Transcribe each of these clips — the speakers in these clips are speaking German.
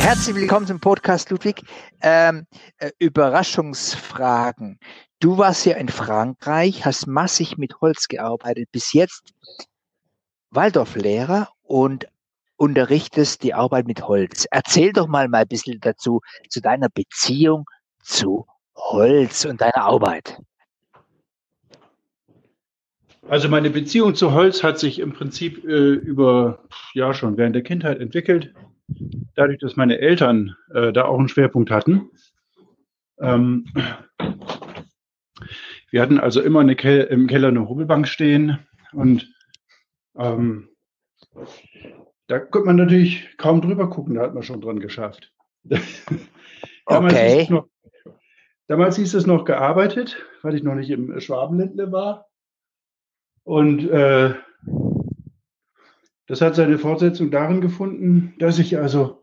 Herzlich willkommen zum Podcast, Ludwig. Überraschungsfragen. Du warst ja in Frankreich, hast massig mit Holz gearbeitet, bis jetzt Waldorflehrer und unterrichtest die Arbeit mit Holz. Erzähl doch mal ein bisschen dazu, zu deiner Beziehung zu Holz und deiner Arbeit. Also meine Beziehung zu Holz hat sich im Prinzip schon während der Kindheit entwickelt. Dadurch, dass meine Eltern da auch einen Schwerpunkt hatten. Wir hatten also immer im Keller eine Hobelbank stehen und da konnte man natürlich kaum drüber gucken, da hat man schon dran geschafft. Damals hieß es noch gearbeitet, weil ich noch nicht im Schwabenländle war. Und das hat seine Fortsetzung darin gefunden, dass ich also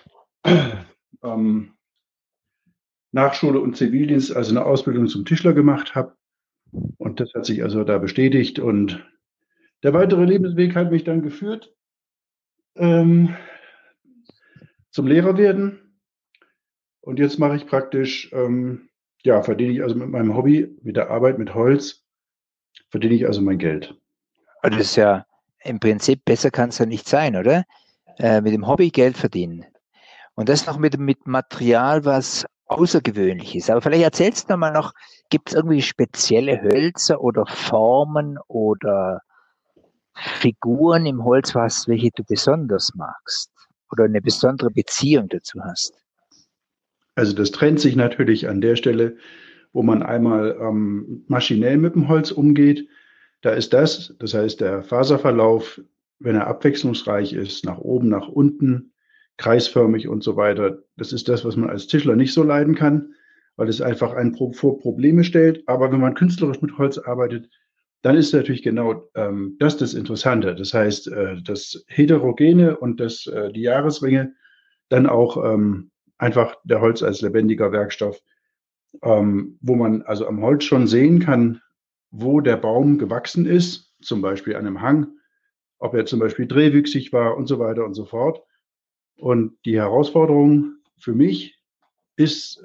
nach Schule und Zivildienst also eine Ausbildung zum Tischler gemacht habe. Und das hat sich also da bestätigt. Und der weitere Lebensweg hat mich dann geführt zum Lehrer werden. Und jetzt mache ich praktisch, verdiene ich also mit meinem Hobby, mit der Arbeit mit Holz, verdiene ich also mein Geld. Das ist ja im Prinzip, besser kann es ja nicht sein, oder? Mit dem Hobby Geld verdienen. Und das noch mit Material, was außergewöhnlich ist. Aber vielleicht erzählst du mal noch, gibt es irgendwie spezielle Hölzer oder Formen oder Figuren im Holz, welche du besonders magst oder eine besondere Beziehung dazu hast? Also das trennt sich natürlich an der Stelle, wo man einmal maschinell mit dem Holz umgeht. Da ist das heißt der Faserverlauf, wenn er abwechslungsreich ist, nach oben, nach unten, kreisförmig und so weiter. Das ist das, was man als Tischler nicht so leiden kann, weil es einfach einen vor Probleme stellt. Aber wenn man künstlerisch mit Holz arbeitet, dann ist natürlich genau das Interessante. Das heißt, das Heterogene und die Jahresringe, dann auch einfach der Holz als lebendiger Werkstoff, wo man also am Holz schon sehen kann, wo der Baum gewachsen ist, zum Beispiel an einem Hang, ob er zum Beispiel drehwüchsig war und so weiter und so fort. Und die Herausforderung für mich ist,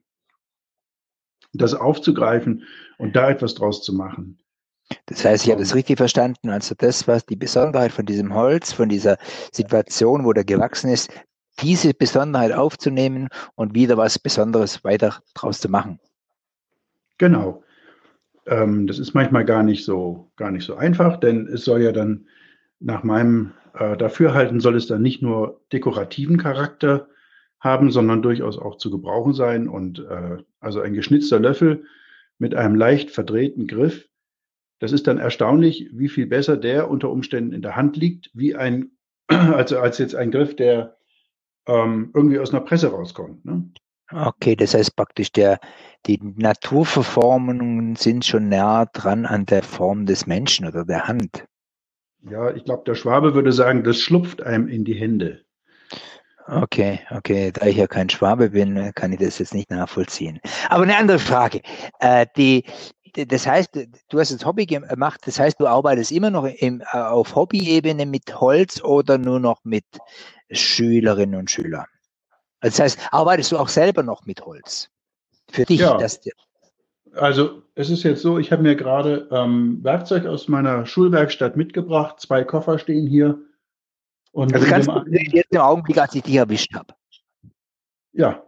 das aufzugreifen und da etwas draus zu machen. Das heißt, ich habe das richtig verstanden. Also das, was die Besonderheit von diesem Holz, von dieser Situation, wo der gewachsen ist, diese Besonderheit aufzunehmen und wieder was Besonderes weiter draus zu machen. Genau. Das ist manchmal gar nicht so einfach, denn es soll ja dann nach meinem Dafürhalten soll es dann nicht nur dekorativen Charakter haben, sondern durchaus auch zu gebrauchen sein. Und also ein geschnitzter Löffel mit einem leicht verdrehten Griff, das ist dann erstaunlich, wie viel besser der unter Umständen in der Hand liegt, wie als jetzt ein Griff, der irgendwie aus einer Presse rauskommt. Ne? Okay, das heißt praktisch, die Naturverformungen sind schon näher dran an der Form des Menschen oder der Hand. Ja, ich glaube, der Schwabe würde sagen, das schlupft einem in die Hände. Okay. Da ich ja kein Schwabe bin, kann ich das jetzt nicht nachvollziehen. Aber eine andere Frage. Das heißt, du hast das Hobby gemacht, das heißt, du arbeitest immer noch auf Hobbyebene mit Holz oder nur noch mit Schülerinnen und Schülern? Das heißt, arbeitest du auch selber noch mit Holz? Für dich? Ja, also es ist jetzt so, ich habe mir gerade Werkzeug aus meiner Schulwerkstatt mitgebracht. 2 Koffer stehen hier. Und also ganz gut, jetzt im Augenblick, als ich dich erwischt habe. Ja.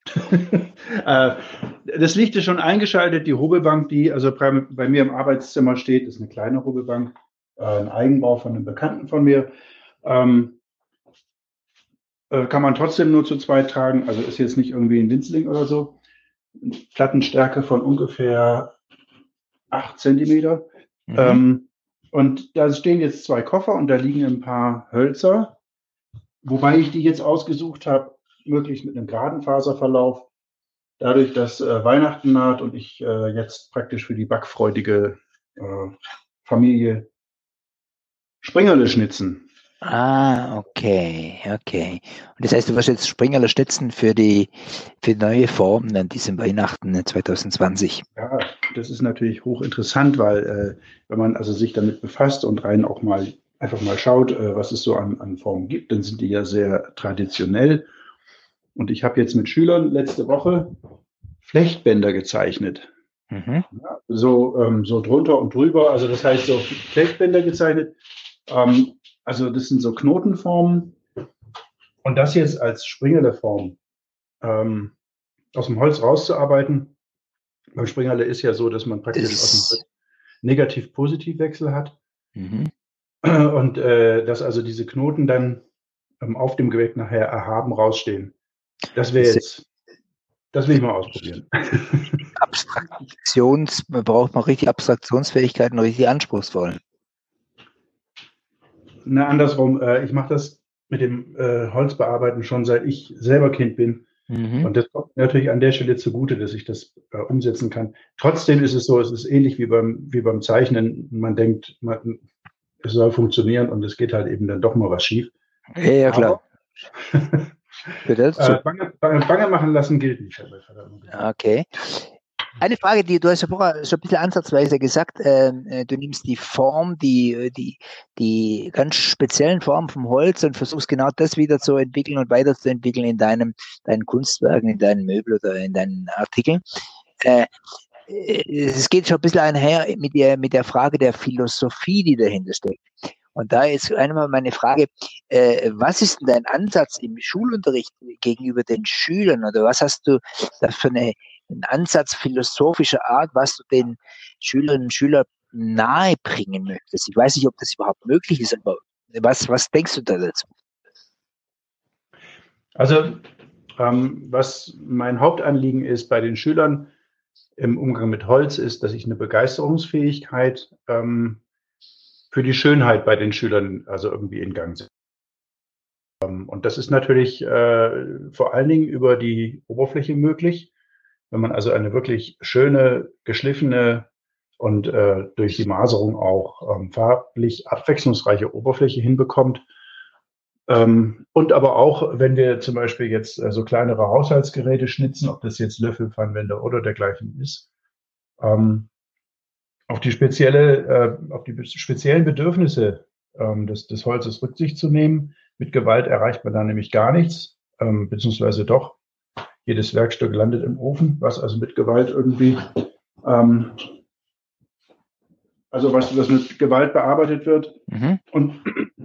Das Licht ist schon eingeschaltet. Die Hobelbank, die also bei mir im Arbeitszimmer steht, ist eine kleine Hobelbank, ein Eigenbau von einem Bekannten von mir. Kann man trotzdem nur zu zweit tragen, also ist jetzt nicht irgendwie ein Winzling oder so. Plattenstärke von ungefähr 8 Zentimeter. Und da stehen jetzt 2 Koffer und da liegen ein paar Hölzer, wobei ich die jetzt ausgesucht habe, möglichst mit einem geraden Faserverlauf. Dadurch, dass Weihnachten naht und ich jetzt praktisch für die backfreudige Familie Springerle schnitzen. Okay. Und das heißt, du wirst jetzt Springerle schnitzen für neue Formen an diesem Weihnachten 2020. Ja, das ist natürlich hochinteressant, weil wenn man also sich damit befasst und rein auch mal einfach mal schaut, was es so an Formen gibt, dann sind die ja sehr traditionell. Und ich habe jetzt mit Schülern letzte Woche Flechtbänder gezeichnet. Mhm. Ja, so drunter und drüber. Also das heißt so Flechtbänder gezeichnet. Also das sind so Knotenformen. Und das jetzt als Springerle-Form aus dem Holz rauszuarbeiten. Beim Springerle ist ja so, dass man praktisch aus dem Holz Negativ-Positiv-Wechsel hat. Mhm. Und dass also diese Knoten dann auf dem Gewächs nachher erhaben rausstehen. Das will ich mal ausprobieren. Man braucht mal richtig Abstraktionsfähigkeiten, richtig anspruchsvoll. Na, andersrum, ich mache das mit dem Holzbearbeiten schon seit ich selber Kind bin. Mhm. Und das kommt natürlich an der Stelle zugute, dass ich das umsetzen kann. Trotzdem ist es so, es ist ähnlich wie beim Zeichnen. Man denkt, es soll funktionieren und es geht halt eben dann doch mal was schief. Ja, klar. Bange machen lassen gilt nicht. Okay. Eine Frage, du hast ja vorher schon ein bisschen ansatzweise gesagt, du nimmst die Form, die ganz speziellen Formen vom Holz und versuchst genau das wieder zu entwickeln und weiterzuentwickeln in deinen Kunstwerken, in deinen Möbeln oder in deinen Artikeln. Es geht schon ein bisschen einher mit der Frage der Philosophie, die dahinter steckt. Und da ist einmal meine Frage, was ist denn dein Ansatz im Schulunterricht gegenüber den Schülern oder was hast du da für einen Ansatz philosophischer Art, was du den Schülerinnen und Schülern nahe bringen möchtest? Ich weiß nicht, ob das überhaupt möglich ist, aber was denkst du da dazu? Also, was mein Hauptanliegen ist bei den Schülern im Umgang mit Holz, ist, dass ich eine Begeisterungsfähigkeit für die Schönheit bei den Schülern also irgendwie in Gang setze. Und das ist natürlich vor allen Dingen über die Oberfläche möglich. Wenn man also eine wirklich schöne, geschliffene und durch die Maserung auch farblich abwechslungsreiche Oberfläche hinbekommt. Und aber auch, wenn wir zum Beispiel jetzt so kleinere Haushaltsgeräte schnitzen, ob das jetzt Löffel, Pfannenwender oder dergleichen ist, auf die speziellen Bedürfnisse des Holzes Rücksicht zu nehmen. Mit Gewalt erreicht man da nämlich gar nichts, beziehungsweise doch. Jedes Werkstück landet im Ofen, was also mit Gewalt irgendwie, was mit Gewalt bearbeitet wird. Mhm. Und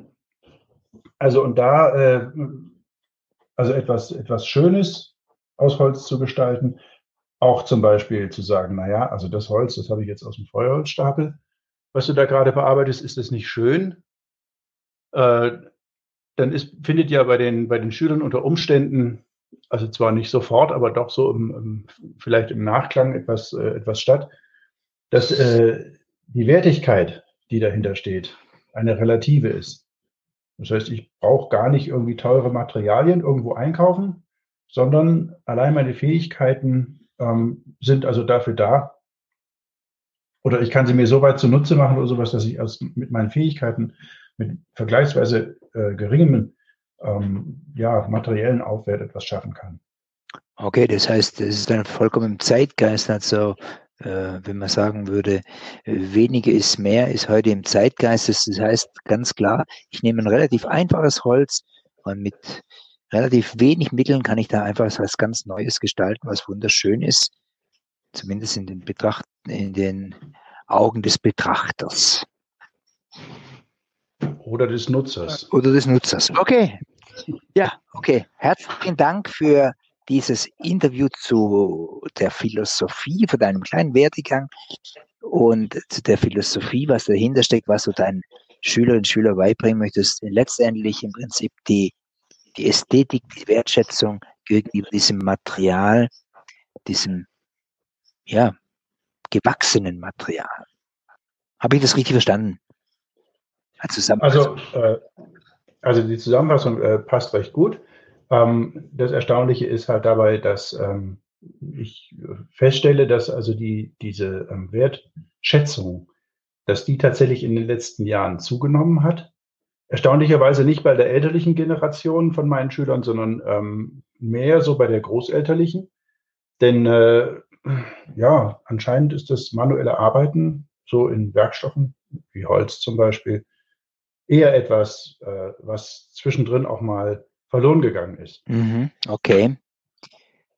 etwas Schönes aus Holz zu gestalten, auch zum Beispiel zu sagen, naja, also das Holz, das habe ich jetzt aus dem Feuerholzstapel, was du da gerade bearbeitest, ist das nicht schön? Dann findet ja bei den Schülern unter Umständen, also zwar nicht sofort, aber doch so vielleicht im Nachklang etwas statt, dass die Wertigkeit, die dahinter steht, eine relative ist. Das heißt, ich brauche gar nicht irgendwie teure Materialien irgendwo einkaufen, sondern allein meine Fähigkeiten sind also dafür da, oder ich kann sie mir so weit zunutze machen oder sowas, dass ich mit meinen Fähigkeiten mit vergleichsweise geringem materiellen Aufwert etwas schaffen kann. Okay, das heißt, es ist dann vollkommen im Zeitgeist, also wenn man sagen würde, weniger ist mehr, ist heute im Zeitgeist. Das heißt ganz klar, ich nehme ein relativ einfaches Holz und mit relativ wenig Mitteln kann ich da einfach was ganz Neues gestalten, was wunderschön ist, zumindest in den Augen des Betrachters. Oder des Nutzers. Oder des Nutzers. Okay. Ja, okay. Herzlichen Dank für dieses Interview zu der Philosophie, für deinem kleinen Werdegang und zu der Philosophie, was dahinter steckt, was du deinen Schülerinnen und Schülern beibringen möchtest. Letztendlich im Prinzip die Ästhetik, die Wertschätzung gegenüber diesem Material, diesem, ja, gewachsenen Material. Habe ich das richtig verstanden? Also die Zusammenfassung passt recht gut. Das Erstaunliche ist halt dabei, dass ich feststelle, dass also diese Wertschätzung, dass die tatsächlich in den letzten Jahren zugenommen hat. Erstaunlicherweise nicht bei der elterlichen Generation von meinen Schülern, sondern mehr so bei der großelterlichen. Denn anscheinend ist das manuelle Arbeiten so in Werkstoffen wie Holz zum Beispiel eher etwas, was zwischendrin auch mal verloren gegangen ist. Okay.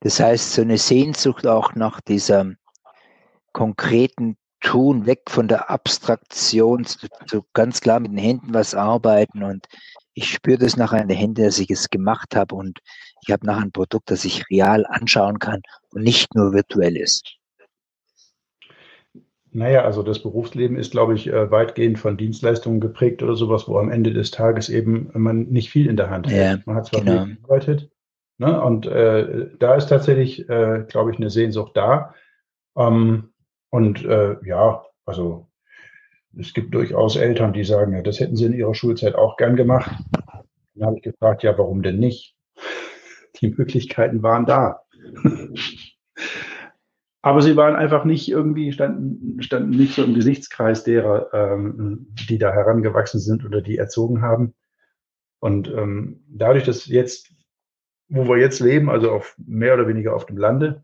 Das heißt, so eine Sehnsucht auch nach dieser konkreten Tun, weg von der Abstraktion zu ganz klar mit den Händen was arbeiten, und ich spüre das nachher in den Händen, dass ich es gemacht habe, und ich habe nachher ein Produkt, das ich real anschauen kann und nicht nur virtuell ist. Naja, also das Berufsleben ist, glaube ich, weitgehend von Dienstleistungen geprägt oder sowas, wo am Ende des Tages eben man nicht viel in der Hand hält. Ja, Man hat zwar genau. viel gearbeitet, ne? Und da ist tatsächlich, glaube ich, eine Sehnsucht da. Ja, also es gibt durchaus Eltern, die sagen, ja, das hätten sie in ihrer Schulzeit auch gern gemacht. Dann habe ich gefragt, ja, warum denn nicht? Die Möglichkeiten waren da. Aber sie waren einfach nicht irgendwie, standen nicht so im Gesichtskreis derer, die da herangewachsen sind oder die erzogen haben. Und dadurch, dass jetzt, wo wir jetzt leben, also auf mehr oder weniger auf dem Lande,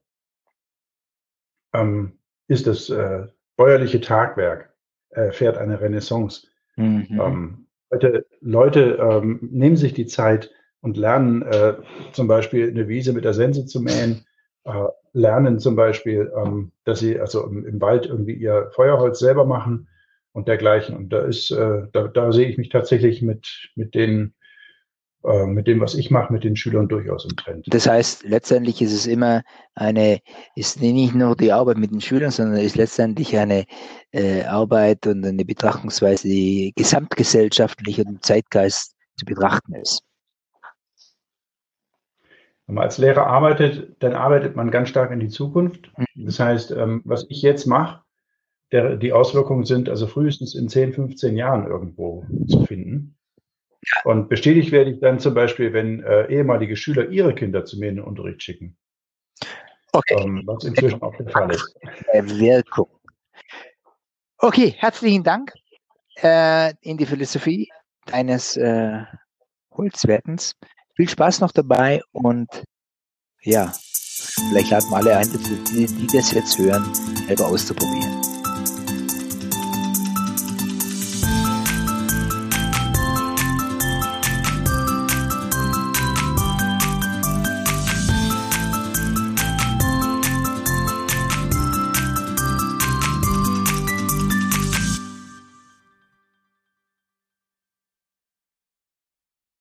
ist das bäuerliche Tagwerk, fährt eine Renaissance. Mhm. Leute nehmen sich die Zeit und lernen zum Beispiel eine Wiese mit der Sense zu mähen, lernen zum Beispiel, dass sie also im Wald irgendwie ihr Feuerholz selber machen und dergleichen. Und da sehe ich mich tatsächlich mit dem, was ich mache, mit den Schülern durchaus im Trend. Das heißt, letztendlich ist es immer ist nicht nur die Arbeit mit den Schülern, sondern ist letztendlich eine Arbeit und eine Betrachtungsweise, die gesamtgesellschaftlich und im Zeitgeist zu betrachten ist. Wenn man als Lehrer arbeitet, dann arbeitet man ganz stark in die Zukunft. Das heißt, was ich jetzt mache, die Auswirkungen sind also frühestens in 10, 15 Jahren irgendwo zu finden. Und bestätigt werde ich dann zum Beispiel, wenn ehemalige Schüler ihre Kinder zu mir in den Unterricht schicken. Okay. Was inzwischen auch der Fall ist. Wirkung. Okay, herzlichen Dank in die Philosophie deines Holzwerkens. Viel Spaß noch dabei, und ja, vielleicht laden wir alle ein, die das jetzt hören, selber auszuprobieren.